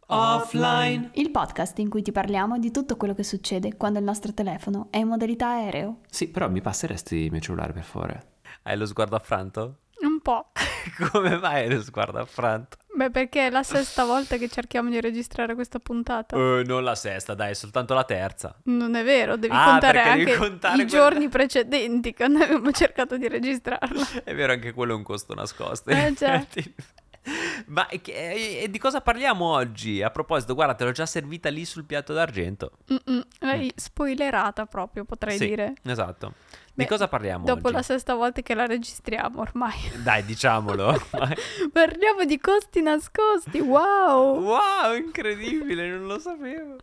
Offline. Il podcast in cui ti parliamo di tutto quello che succede quando il nostro telefono è in modalità aereo. Sì, però mi passeresti il mio cellulare, per favore? Hai lo sguardo affranto? Un po'. Come mai hai lo sguardo affranto? Beh, perché è la sesta volta che cerchiamo di registrare questa puntata. Non la sesta, dai, è soltanto la terza. Non è vero, devi Ah, contare perché devi anche contare i quella- giorni precedenti quando abbiamo cercato di registrarla. È vero, anche quello è un costo nascosto. Già. Ma e di cosa parliamo oggi? A proposito, guarda, te l'ho già servita lì sul piatto d'argento. L'hai spoilerata proprio, potrei Sì, dire. esatto. Di Beh, cosa parliamo Dopo oggi? la sesta volta che la registriamo ormai. Dai, diciamolo. Parliamo di costi nascosti, wow! Wow, incredibile, non lo sapevo.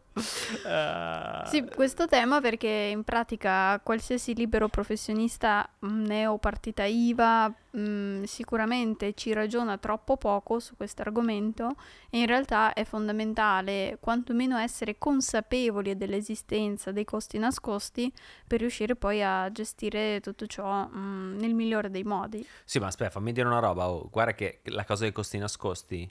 Sì, questo tema perché in pratica qualsiasi libero professionista neopartita IVA sicuramente ci ragiona troppo poco su questo argomento e in realtà è fondamentale quantomeno essere consapevoli dell'esistenza dei costi nascosti per riuscire poi a gestire tutto ciò nel migliore dei modi. Sì, ma aspetta, fammi dire una roba. Oh, guarda che la cosa dei costi nascosti,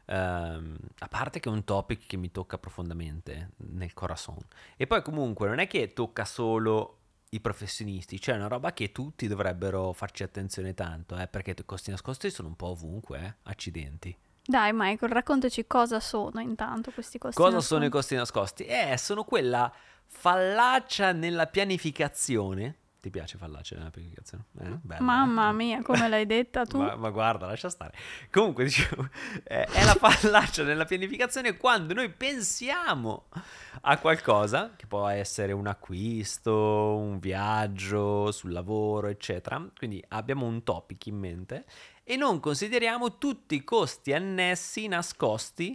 a parte che è un topic che mi tocca profondamente nel corazon, e poi comunque non è che tocca solo i professionisti, cioè è una roba che tutti dovrebbero farci attenzione tanto, perché i costi nascosti sono un po' ovunque, accidenti. Dai Michael, raccontaci cosa sono intanto questi costi Cosa nascosti. sono i costi nascosti? Sono quella fallacia nella pianificazione. Ti piace fallacia nella pianificazione? Bella, Mamma mia, come l'hai detta tu? Ma guarda, lascia stare. Comunque, dicevo, è la fallacia nella pianificazione quando noi pensiamo a qualcosa, che può essere un acquisto, un viaggio, sul lavoro, eccetera. Quindi abbiamo un topic in mente e non consideriamo tutti i costi annessi, nascosti,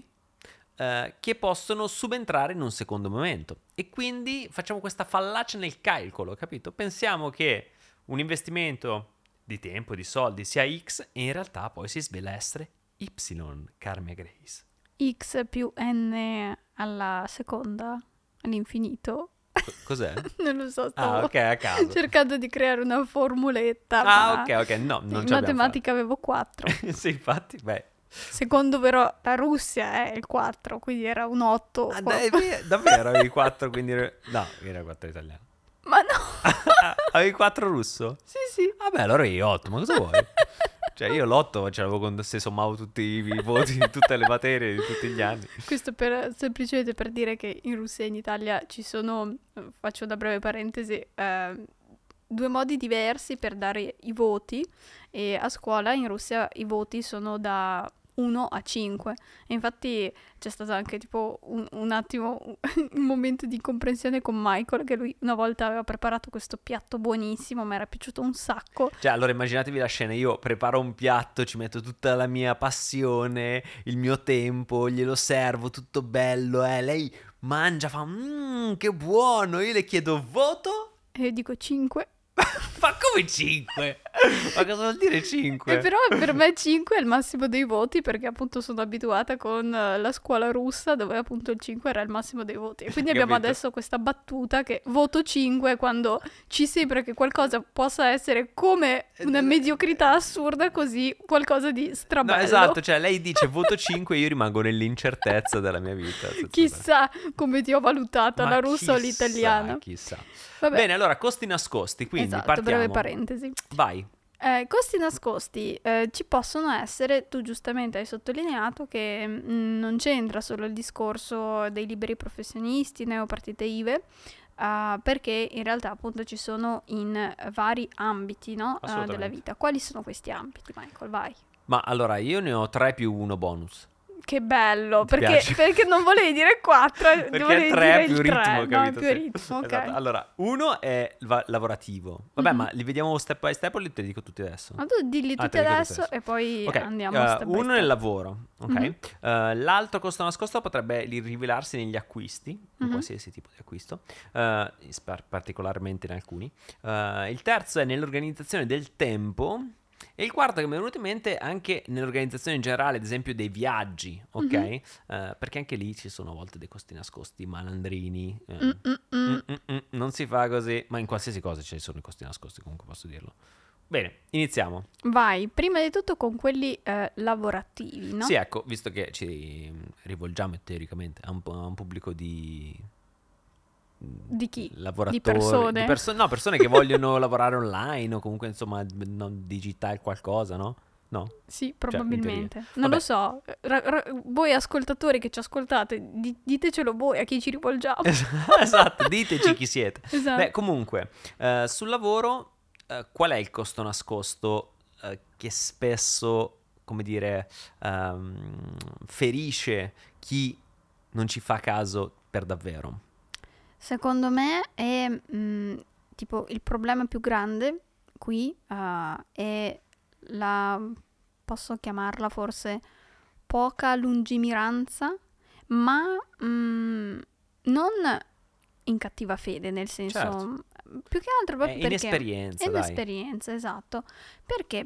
che possono subentrare in un secondo momento. E quindi facciamo questa fallacia nel calcolo, capito? Pensiamo che un investimento di tempo, di soldi sia X e in realtà poi si svela essere Y, Carme Grace. X più n alla seconda, all'infinito. Cos'è? Non lo so, stavo Ok, a caso. cercando di creare una formuletta. ma Ok, no, non in ce l'abbiamo matematica avevo 4. fatta. Sì, infatti, beh. Secondo però la Russia è il 4, quindi era un 8. Davvero avevi 4, quindi... No, era 4 italiano. Ma no! Avevi 4 russo? Sì. Vabbè, allora io 8, ma cosa vuoi? Cioè io l'8 ce l'avevo se sommavo tutti i voti di tutte le materie di tutti gli anni. Questo semplicemente per dire che in Russia e in Italia ci sono, faccio una breve parentesi, due modi diversi per dare i voti e a scuola in Russia i voti sono da 1 a 5 e infatti c'è stato anche tipo un attimo un momento di incomprensione con Michael che lui una volta aveva preparato questo piatto buonissimo, mi era piaciuto un sacco. Cioè allora immaginatevi la scena, io preparo un piatto, ci metto tutta la mia passione, il mio tempo, glielo servo, tutto bello, lei mangia, fa che buono, io le chiedo voto? E io dico 5. Ma come 5? Ma cosa vuol dire 5? E però per me 5 è il massimo dei voti perché appunto sono abituata con la scuola russa dove appunto il 5 era il massimo dei voti. E quindi abbiamo Capito. adesso questa battuta che voto 5 quando ci sembra che qualcosa possa essere come una mediocrità assurda così qualcosa di No, strabello. esatto, cioè lei dice voto 5 e io rimango nell'incertezza della mia vita. Chissà come ti ho valutata, Ma la russa o chissà, l'italiana. Chissà. Vabbè. Bene, allora, costi nascosti, quindi Esatto, partiamo. breve parentesi. Vai. Costi nascosti ci possono essere, tu giustamente hai sottolineato che non c'entra solo il discorso dei liberi professionisti, neopartite IVA, perché in realtà appunto ci sono in vari ambiti, no, Assolutamente. della vita. Quali sono questi ambiti, Michael? Vai. Ma allora, io ne ho 3 più 1 bonus. Che bello, Ti piace? perché non volevi dire 4, Perché volevi 3 dire è più il ritmo, 3, capito? no, più Sì. ritmo, ok. Esatto. Allora, 1 è lavorativo. Vabbè, Mhm. ma li vediamo step by step o li te li dico tutti adesso? Ma tu dilli Ah, tutti te li dico adesso tutti e poi Ok, andiamo step by uno step. nel lavoro, ok? Mhm. L'altro costo nascosto potrebbe rivelarsi negli acquisti, in Mhm. qualsiasi tipo di acquisto, particolarmente in alcuni. Il terzo è nell'organizzazione del tempo. E il quarto che mi è venuto in mente anche nell'organizzazione in generale, ad esempio dei viaggi, ok? Mhm. Perché anche lì ci sono a volte dei costi nascosti, malandrini. Mm. Non si fa così, ma in qualsiasi cosa ci sono i costi nascosti, comunque posso dirlo. Bene, iniziamo. Vai, prima di tutto con quelli lavorativi, no? Sì, ecco, visto che ci rivolgiamo teoricamente a un pubblico di Di chi? lavoratori, Di persone? no, persone che vogliono lavorare online o comunque insomma digitale qualcosa, no? No? Sì, Cioè, in teoria. probabilmente. Non lo Vabbè. so. Voi ascoltatori che ci ascoltate, ditecelo voi a chi ci rivolgiamo. Esatto, diteci chi siete. Esatto. Beh, comunque, sul lavoro, qual è il costo nascosto che spesso, come dire, ferisce chi non ci fa caso per davvero? Secondo me è tipo il problema più grande qui è la, posso chiamarla forse poca lungimiranza, ma non in cattiva fede, nel senso Certo. più che altro proprio perché Inesperienza, è dai. un'esperienza, esatto. Perché,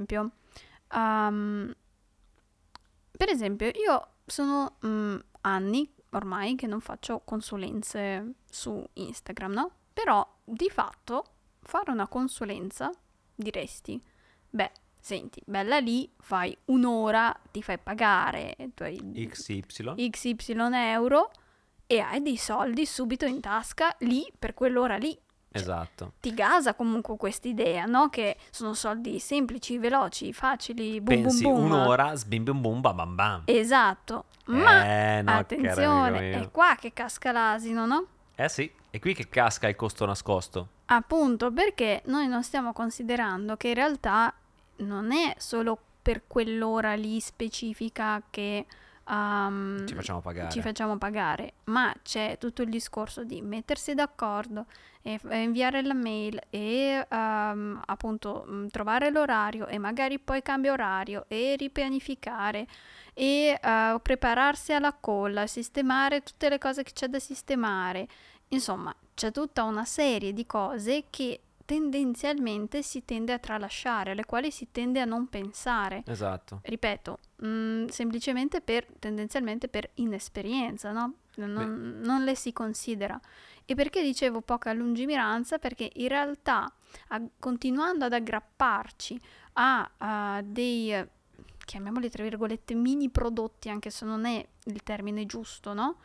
ehm, per esempio, io sono anni ormai che non faccio consulenze su Instagram, no? Però di fatto fare una consulenza diresti, beh, senti, bella lì, fai un'ora, ti fai pagare i tuoi XY. XY euro e hai dei soldi subito in tasca lì per quell'ora lì. Cioè, Esatto. ti gasa comunque quest'idea, no? Che sono soldi semplici, veloci, facili, boom Pensi boom boom. un'ora, sbim bim bum bam bam bam. Esatto, ma No, caro attenzione, amico è mio. qua che casca l'asino, no? Eh sì, è qui che casca il costo nascosto. Appunto perché noi non stiamo considerando che in realtà non è solo per quell'ora lì specifica che Ci facciamo pagare. ci facciamo pagare, ma c'è tutto il discorso di mettersi d'accordo e inviare la mail e appunto trovare l'orario e magari poi cambia orario e ripianificare e prepararsi alla call, sistemare tutte le cose che c'è da sistemare. Insomma, c'è tutta una serie di cose che tendenzialmente si tende a tralasciare, alle quali si tende a non pensare. Esatto. Ripeto, semplicemente tendenzialmente per inesperienza, no? Non le si considera. E perché dicevo poca lungimiranza? Perché in realtà, continuando ad aggrapparci a dei, chiamiamoli tra virgolette, mini prodotti, anche se non è il termine giusto, no?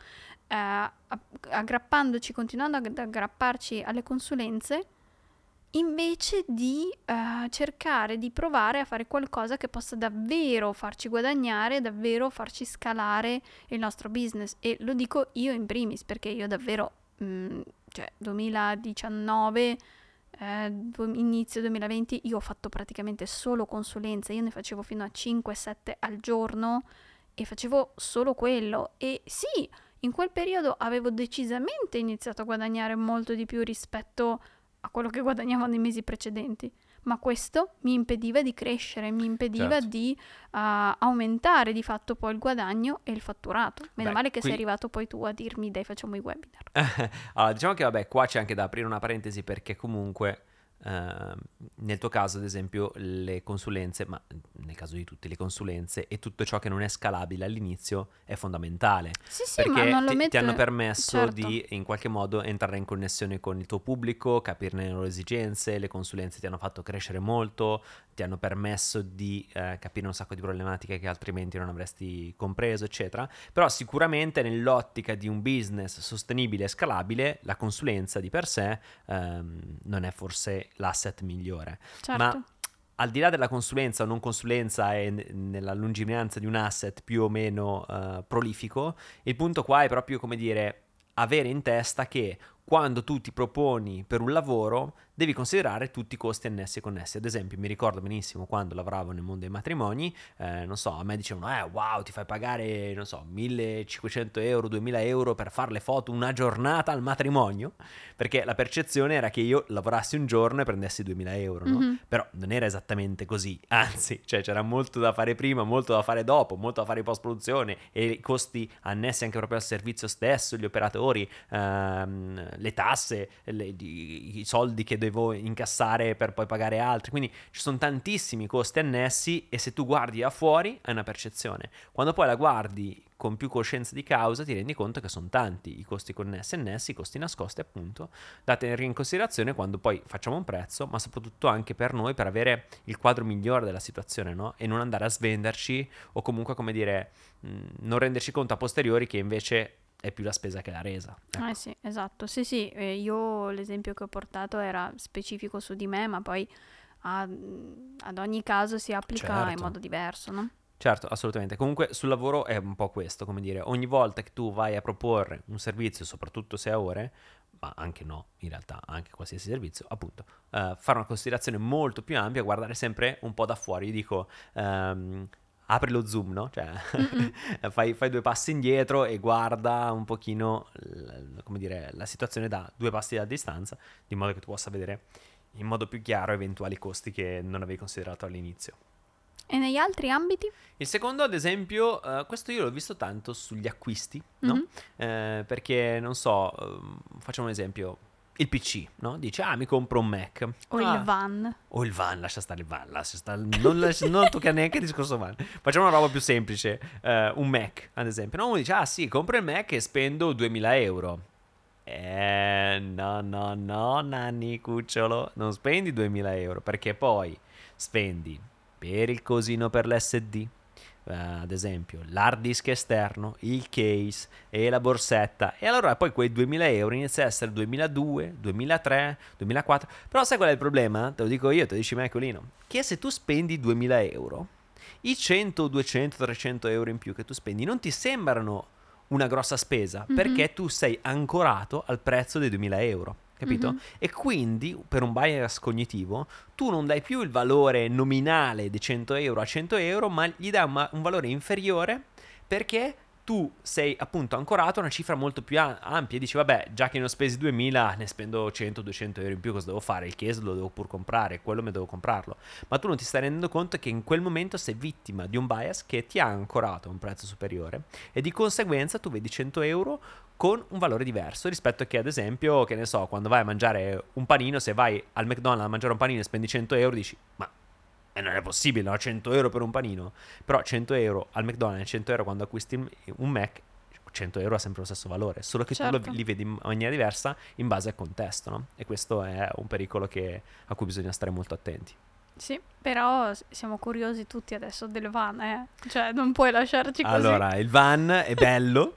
Continuando ad aggrapparci alle consulenze, invece di cercare di provare a fare qualcosa che possa davvero farci guadagnare, davvero farci scalare il nostro business. E lo dico io in primis, perché io davvero, cioè 2019, inizio 2020, io ho fatto praticamente solo consulenze, io ne facevo fino a 5-7 al giorno e facevo solo quello. E sì, in quel periodo avevo decisamente iniziato a guadagnare molto di più rispetto a quello che guadagnavo nei mesi precedenti, ma questo mi impediva di crescere, mi impediva Certo. di aumentare di fatto poi il guadagno e il fatturato. Meno Beh, male che qui- sei arrivato poi tu a dirmi dai facciamo i webinar. Allora, diciamo che vabbè, qua c'è anche da aprire una parentesi perché comunque nel tuo caso, ad esempio, le consulenze, ma nel caso di tutte le consulenze e tutto ciò che non è scalabile all'inizio è fondamentale. Sì, ma Perché non lo ti metto... hanno permesso Certo. di in qualche modo entrare in connessione con il tuo pubblico, capirne le loro esigenze, le consulenze ti hanno fatto crescere molto, ti hanno permesso di capire un sacco di problematiche che altrimenti non avresti compreso, eccetera. Però sicuramente nell'ottica di un business sostenibile e scalabile, la consulenza di per sé non è forse l'asset migliore. Certo. Ma al di là della consulenza o non consulenza e nella lungimiranza di un asset più o meno prolifico, il punto qua è proprio, come dire, avere in testa che quando tu ti proponi per un lavoro devi considerare tutti i costi annessi e connessi. Ad esempio, mi ricordo benissimo quando lavoravo nel mondo dei matrimoni, non so, a me dicevano, wow, ti fai pagare, non so, 1500 euro, 2000 euro per fare le foto una giornata al matrimonio, perché la percezione era che io lavorassi un giorno e prendessi 2000 euro, no? Mhm. Però non era esattamente così, anzi, cioè c'era molto da fare prima, molto da fare dopo, molto da fare in post-produzione e i costi annessi anche proprio al servizio stesso, gli operatori, le tasse, i soldi che devo incassare per poi pagare altri, quindi ci sono tantissimi costi annessi e se tu guardi da fuori hai una percezione. Quando poi la guardi con più coscienza di causa ti rendi conto che sono tanti i costi connessi, annessi, i costi nascosti appunto, da tenere in considerazione quando poi facciamo un prezzo, ma soprattutto anche per noi per avere il quadro migliore della situazione, no? E non andare a svenderci o comunque, come dire, non renderci conto a posteriori che invece è più la spesa che la resa. Ecco. Sì, esatto. Sì, sì, io l'esempio che ho portato era specifico su di me, ma poi ad ogni caso si applica in Certo. modo diverso, no? Certo, assolutamente. Comunque sul lavoro è un po' questo, come dire, ogni volta che tu vai a proporre un servizio, soprattutto se a ore, ma anche no, in realtà, anche qualsiasi servizio, appunto, fare una considerazione molto più ampia, guardare sempre un po' da fuori. Io dico, apri lo zoom, no? Cioè, fai 2 passi indietro e guarda un pochino, come dire, la situazione da 2 passi a distanza, di modo che tu possa vedere in modo più chiaro eventuali costi che non avevi considerato all'inizio. E negli altri ambiti? Il secondo, ad esempio, questo io l'ho visto tanto sugli acquisti, no? Perché, non so, facciamo un esempio, il PC, no? Dice, mi compro un Mac. O il van. O il van, lascia stare il van, non tocca neanche il discorso van. Facciamo una roba più semplice, un Mac, ad esempio. No? Uno dice, sì, compro il Mac e spendo 2000 euro. No, nanni, cucciolo, non spendi 2000 euro, perché poi spendi per il cosino per l'SD, ad esempio l'hard disk esterno, il case e la borsetta, e allora poi quei 2000 euro inizia a essere 2002, 2003, 2004. Però sai qual è il problema? Te lo dico io, te lo dici Michaelino, che se tu spendi 2000 euro, i 100, 200, 300 euro in più che tu spendi non ti sembrano una grossa spesa, perché tu sei ancorato al prezzo dei 2000 euro, capito? E quindi per un bias cognitivo tu non dai più il valore nominale di 100 euro a 100 euro, ma gli dai un valore inferiore, perché tu sei appunto ancorato a una cifra molto più ampia e dici, vabbè, già che ne ho spesi 2000, ne spendo 100-200 euro in più, cosa devo fare? Il case lo devo pur comprare, quello mi devo comprarlo. Ma tu non ti stai rendendo conto che in quel momento sei vittima di un bias che ti ha ancorato a un prezzo superiore e di conseguenza tu vedi 100 euro con un valore diverso rispetto a che, ad esempio, che ne so, quando vai a mangiare un panino, se vai al McDonald's a mangiare un panino e spendi 100 euro, dici, ma non è possibile, no? 100 euro per un panino. Però 100 euro al McDonald's e 100 euro quando acquisti un Mac, 100 euro ha sempre lo stesso valore, solo che Certo. tu li vedi in maniera diversa in base al contesto, no? E questo è un pericolo a cui bisogna stare molto attenti. Sì, però siamo curiosi tutti adesso del van, Cioè, non puoi lasciarci così. Allora, il van è bello,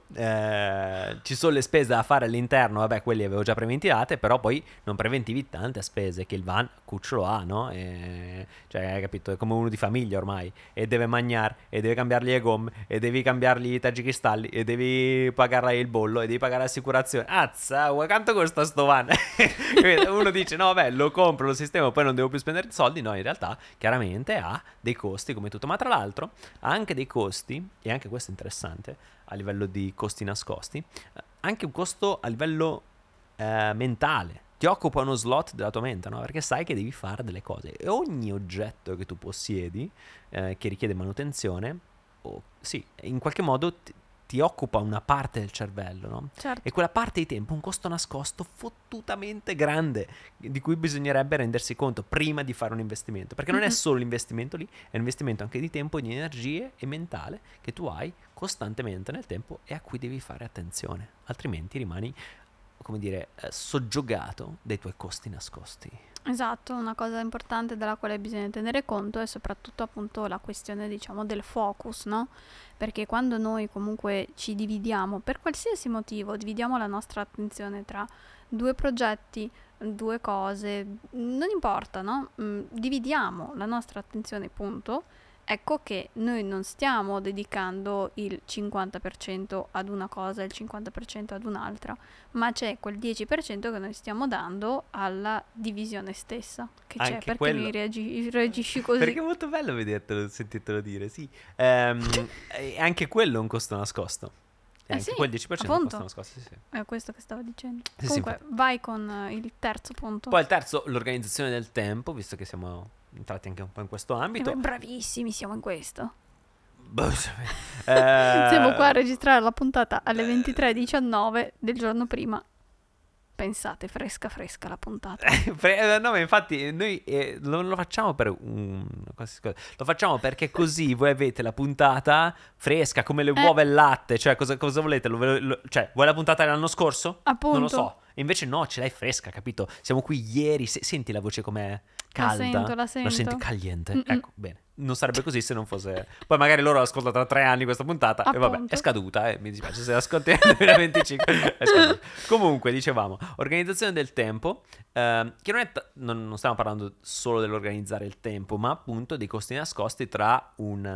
ci sono le spese da fare all'interno, vabbè, quelli avevo già preventivate, però poi non preventivi tante spese che il van cucciolo ha, no? Cioè, hai capito, è come uno di famiglia ormai, e deve mangiare, e deve cambiargli le gomme, e devi cambiargli i tergicristalli, e devi pagare il bollo, e devi pagare l'assicurazione. Azza, quanto costa sto van? Uno dice, no, vabbè, lo compro, lo sistemo, poi non devo più spendere soldi. No, in realtà chiaramente ha dei costi come tutto, ma tra l'altro ha anche dei costi, e anche questo è interessante a livello di costi nascosti, anche un costo a livello mentale. Ti occupa uno slot della tua mente, no? Perché sai che devi fare delle cose, e ogni oggetto che tu possiedi che richiede manutenzione, sì, in qualche modo ti occupa una parte del cervello, no? Certo. E quella parte di tempo, un costo nascosto fottutamente grande, di cui bisognerebbe rendersi conto prima di fare un investimento, perché non è solo l'investimento lì, è un investimento anche di tempo, di energie e mentale che tu hai costantemente nel tempo e a cui devi fare attenzione, altrimenti rimani, come dire, soggiogato dai tuoi costi nascosti. Esatto, una cosa importante della quale bisogna tenere conto è soprattutto appunto la questione, diciamo, del focus, no? Perché quando noi comunque ci dividiamo, per qualsiasi motivo, dividiamo la nostra attenzione tra 2 progetti, 2 cose, non importa, no? Dividiamo la nostra attenzione, punto. Ecco che noi non stiamo dedicando il 50% ad una cosa e il 50% ad un'altra, ma c'è quel 10% che noi stiamo dando alla divisione stessa. Che Anche c'è? Perché quello. mi reagisci così? Perché è molto bello vedertelo, sentirtelo dire, sì. E anche quello è un costo nascosto. E anche sì, quel 10% è un costo appunto. nascosto, sì. È questo che stavo dicendo. Sì, Comunque, sì, vai con il terzo punto. Poi il terzo, l'organizzazione del tempo, visto che siamo entrati anche un po' in questo ambito. Bravissimi siamo in questo. Siamo Siamo qua a registrare la puntata alle 23:19 del giorno prima. pensate, fresca la puntata. No, ma infatti noi non lo facciamo per lo facciamo perché così voi avete la puntata fresca come le uova e il latte. Cioè, cosa volete? Cioè, vuoi la puntata dell'anno scorso? Appunto. Non lo so. Invece no, ce l'hai fresca, capito? Siamo qui ieri. Senti la voce com'è calda? La sento. La senti caliente? Ecco, bene. Non sarebbe così se non fosse... Poi magari loro ascoltano tra 3 anni questa puntata. E vabbè, è scaduta, mi dispiace se l'ascolti nel 2025. È scaduta. Comunque, dicevamo, organizzazione del tempo, che non stiamo parlando solo dell'organizzare il tempo, ma appunto dei costi nascosti tra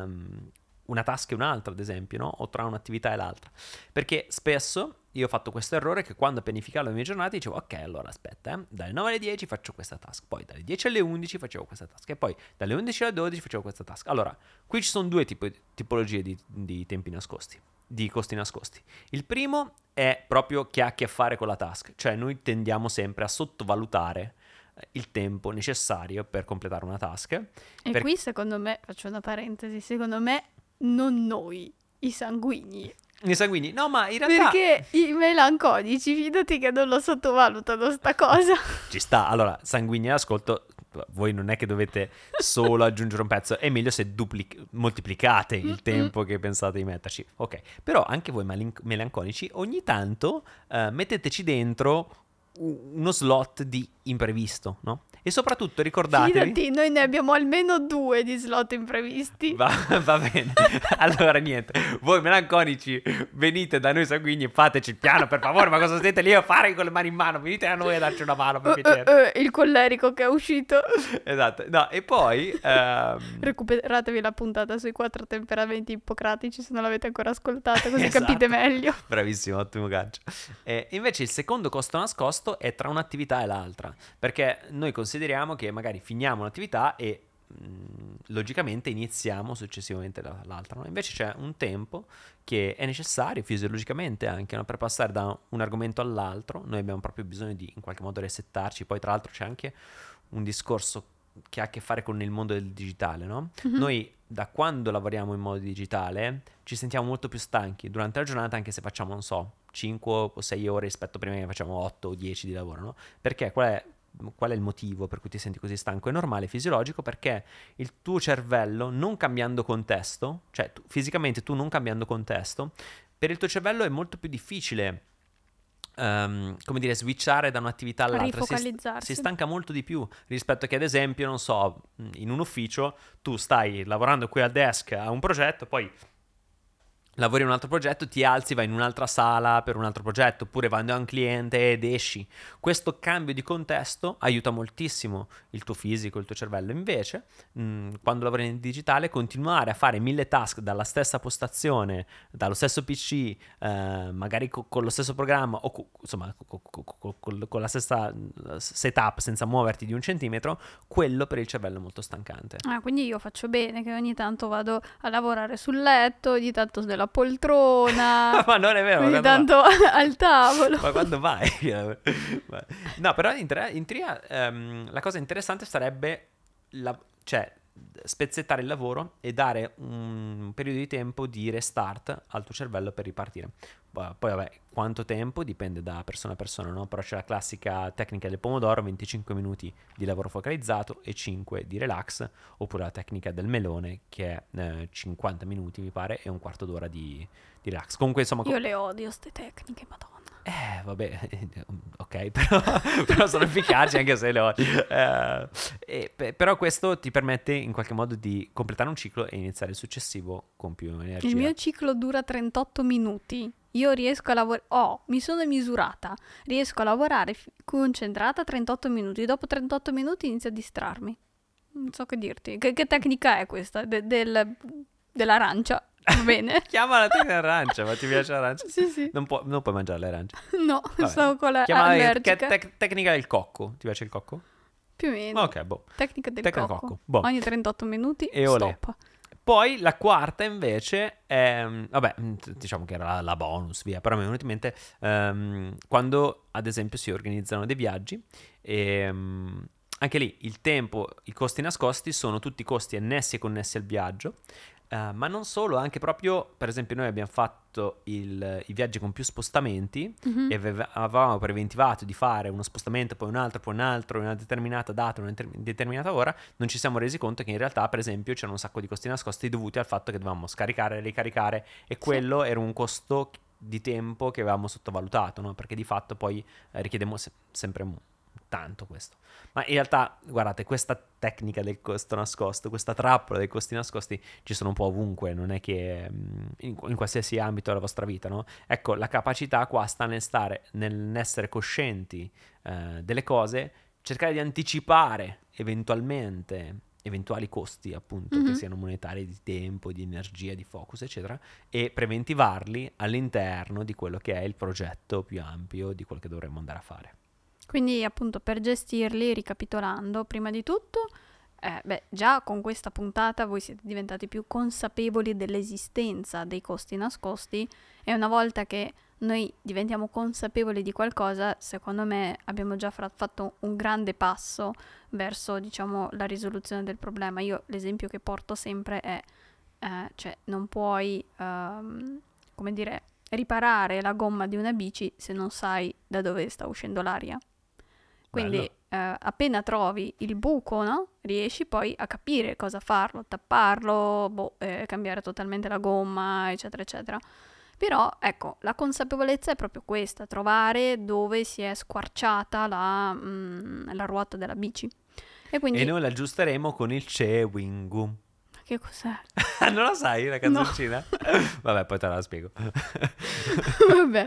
una task e un'altra, ad esempio, no? O tra un'attività e l'altra. Perché spesso io ho fatto questo errore che quando pianificavo le mie giornate dicevo ok, allora aspetta, dalle 9 alle 10 faccio questa task, poi dalle 10 alle 11 facevo questa task e poi dalle 11 alle 12 facevo questa task. Allora, qui ci sono due tipologie di tempi nascosti, di costi nascosti. Il primo è proprio che ha a che fare con la task, cioè noi tendiamo sempre a sottovalutare il tempo necessario per completare una task. E qui secondo me, faccio una parentesi, secondo me non noi, i sanguigni. I sanguigni? No, ma in realtà... Perché i melanconici, fidati che non lo sottovalutano sta cosa. Ci sta. Allora, sanguigni all'ascolto, voi non è che dovete solo aggiungere un pezzo, è meglio se moltiplicate il tempo che pensate di metterci. Ok, però anche voi melanconici ogni tanto metteteci dentro uno slot di imprevisto, no? E soprattutto ricordatevi... Fidati, noi ne abbiamo almeno 2 di slot imprevisti. Va bene. Allora niente, voi melanconici venite da noi sanguigni e fateci il piano per favore, ma cosa siete lì a fare con le mani in mano? Venite a noi a darci una mano per piacere. Il collerico che è uscito. Esatto, no, e poi... Recuperatevi la puntata sui 4 temperamenti ippocratici se non l'avete ancora ascoltata, così Esatto. capite meglio. Bravissimo, ottimo gancio. Invece il secondo costo nascosto è tra un'attività e l'altra, perché noi consideriamo che magari finiamo un'attività e logicamente iniziamo successivamente l'altra, no? Invece c'è un tempo che è necessario fisiologicamente anche, no? Per passare da un argomento all'altro. Noi abbiamo proprio bisogno di in qualche modo resettarci. Poi tra l'altro c'è anche un discorso che ha a che fare con il mondo del digitale, no? Mhm. Noi da quando lavoriamo in modo digitale ci sentiamo molto più stanchi durante la giornata, anche se facciamo, non so, 5 o 6 ore rispetto a prima che facciamo 8 o 10 di lavoro, no? Perché qual è il motivo per cui ti senti così stanco? È normale, è fisiologico, perché il tuo cervello, non cambiando contesto, cioè fisicamente tu non cambiando contesto, per il tuo cervello è molto più difficile come dire, switchare da un'attività all'altra. Rifocalizzarsi. Si stanca molto di più rispetto a che, ad esempio, non so, in un ufficio tu stai lavorando qui al desk a un progetto, poi lavori in un altro progetto, ti alzi, vai in un'altra sala per un altro progetto, oppure vai da un cliente ed esci. Questo cambio di contesto aiuta moltissimo il tuo fisico, il tuo cervello. Invece, quando lavori nel digitale, continuare a fare 1000 task dalla stessa postazione, dallo stesso PC, magari con lo stesso programma, o insomma con la stessa setup, senza muoverti di un centimetro, quello per il cervello è molto stancante. Quindi io faccio bene che ogni tanto vado a lavorare sul letto, ogni tanto nella poltrona, Ma non è vero. ogni tanto al tavolo. Ma quando vai? No, però in teoria la cosa interessante sarebbe cioè spezzettare il lavoro e dare un periodo di tempo di restart al tuo cervello per ripartire. Poi vabbè, quanto tempo dipende da persona a persona, no? Però c'è la classica tecnica del pomodoro, 25 minuti di lavoro focalizzato e 5 di relax, oppure la tecnica del melone che è 50 minuti mi pare e un quarto d'ora di relax. Comunque insomma... Io le odio ste tecniche, madonna. Vabbè, ok, però sono efficaci anche se le odio. Però questo ti permette in qualche modo di completare un ciclo e iniziare il successivo con più energia. Il mio ciclo dura 38 minuti. Io riesco a lavorare... mi sono misurata. Riesco a lavorare concentrata 38 minuti. Dopo 38 minuti inizio a distrarmi. Non so che dirti. Che tecnica è questa? Dell'arancia? Va bene? Chiamala tecnica arancia, ma ti piace l'arancia? Sì. Non puoi mangiare le arance. No, Vabbè. sono con la Chiamala allergica. tecnica del cocco. Ti piace il cocco? Più o meno. Ok, boh. Tecnica del Tecnica cocco. cocco. Boh. Ogni 38 minuti E olè. stop. Poi la quarta invece è, vabbè, diciamo che era la bonus, via, però mi è venuto in mente quando ad esempio si organizzano dei viaggi e anche lì il tempo, i costi nascosti sono tutti costi annessi e connessi al viaggio, Ma non solo, anche proprio, per esempio, noi abbiamo fatto i viaggi con più spostamenti Mhm. e avevamo preventivato di fare uno spostamento, poi un altro, in una determinata data, determinata ora. Non ci siamo resi conto che in realtà, per esempio, c'erano un sacco di costi nascosti dovuti al fatto che dovevamo scaricare e ricaricare, e Sì. quello era un costo di tempo che avevamo sottovalutato, no? Perché di fatto poi richiede sempre tanto questo. Ma in realtà, guardate, questa tecnica del costo nascosto, questa trappola dei costi nascosti ci sono un po' ovunque, non è che in qualsiasi ambito della vostra vita, no? Ecco, la capacità qua sta nell'essere coscienti delle cose, cercare di anticipare eventualmente eventuali costi, appunto, che Mhm. siano monetari, di tempo, di energia, di focus, eccetera, e preventivarli all'interno di quello che è il progetto più ampio di quello che dovremmo andare a fare. Quindi appunto per gestirli, ricapitolando, prima di tutto, già con questa puntata voi siete diventati più consapevoli dell'esistenza dei costi nascosti, e una volta che noi diventiamo consapevoli di qualcosa, secondo me abbiamo già fatto un grande passo verso, diciamo, la risoluzione del problema. Io l'esempio che porto sempre è, cioè non puoi, come dire, riparare la gomma di una bici se non sai da dove sta uscendo l'aria. Quindi Bello. appena trovi il buco, no? Riesci poi a capire cosa farlo, tapparlo, cambiare totalmente la gomma, eccetera, eccetera. Però, ecco, la consapevolezza è proprio questa, trovare dove si è squarciata la ruota della bici. E E quindi, noi l'aggiusteremo con il chewing gum. che cos'è? Non la sai la No. canzoncina? Vabbè, poi te la spiego. Vabbè,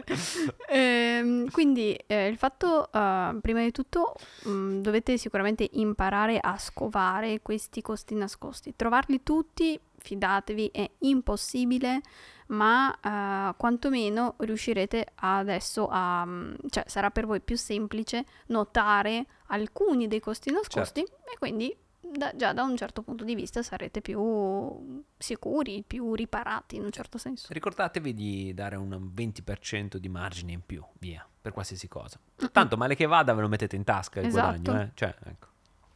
quindi il fatto, prima di tutto, dovete sicuramente imparare a scovare questi costi nascosti. Trovarli tutti, fidatevi, è impossibile, ma quantomeno riuscirete adesso cioè sarà per voi più semplice notare alcuni dei costi nascosti, e quindi già da un certo punto di vista sarete più sicuri, più riparati in un certo senso. Ricordatevi di dare un 20% di margine in più, via, per qualsiasi cosa. Mm-mm. Tanto male che vada ve lo mettete in tasca il Esatto. guadagno, Cioè, ecco.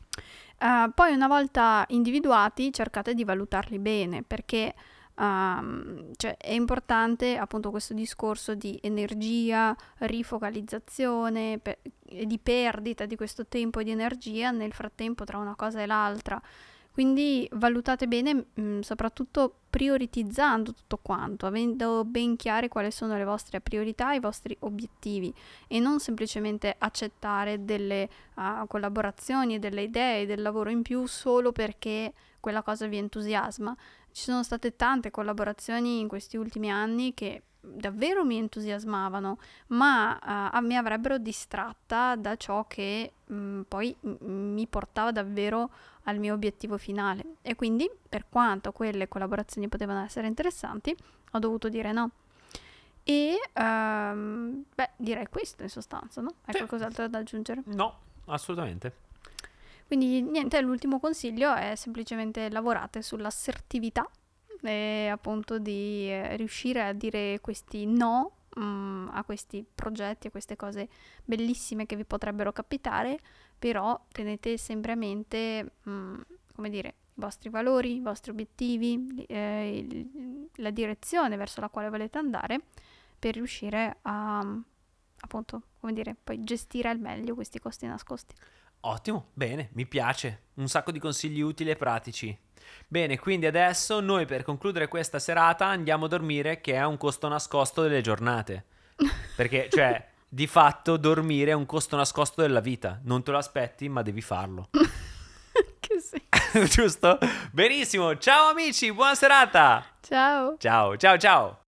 Poi una volta individuati cercate di valutarli bene, perché cioè, è importante appunto questo discorso di energia, rifocalizzazione e di perdita di questo tempo e di energia nel frattempo tra una cosa e l'altra. Quindi valutate bene, soprattutto prioritizzando tutto quanto, avendo ben chiare quali sono le vostre priorità, i vostri obiettivi, e non semplicemente accettare delle collaborazioni, delle idee, del lavoro in più solo perché quella cosa vi entusiasma. Ci sono state tante collaborazioni in questi ultimi anni che davvero mi entusiasmavano, ma mi avrebbero distratta da ciò che poi mi portava davvero al mio obiettivo finale. E quindi, per quanto quelle collaborazioni potevano essere interessanti, ho dovuto dire no. E direi questo in sostanza, no? Hai Sì. qualcos'altro da aggiungere? No, assolutamente. Quindi niente, l'ultimo consiglio è semplicemente lavorate sull'assertività e appunto di riuscire a dire questi no a questi progetti, a queste cose bellissime che vi potrebbero capitare, però tenete sempre a mente, come dire, i vostri valori, i vostri obiettivi, la direzione verso la quale volete andare per riuscire a, appunto, come dire, poi gestire al meglio questi costi nascosti. Ottimo, bene, mi piace. Un sacco di consigli utili e pratici. Bene, quindi adesso noi per concludere questa serata andiamo a dormire, che è un costo nascosto delle giornate. Perché, cioè, di fatto dormire è un costo nascosto della vita. Non te lo aspetti, ma devi farlo. Che sì. Giusto? Benissimo, ciao amici, buona serata! Ciao. Ciao, ciao, ciao!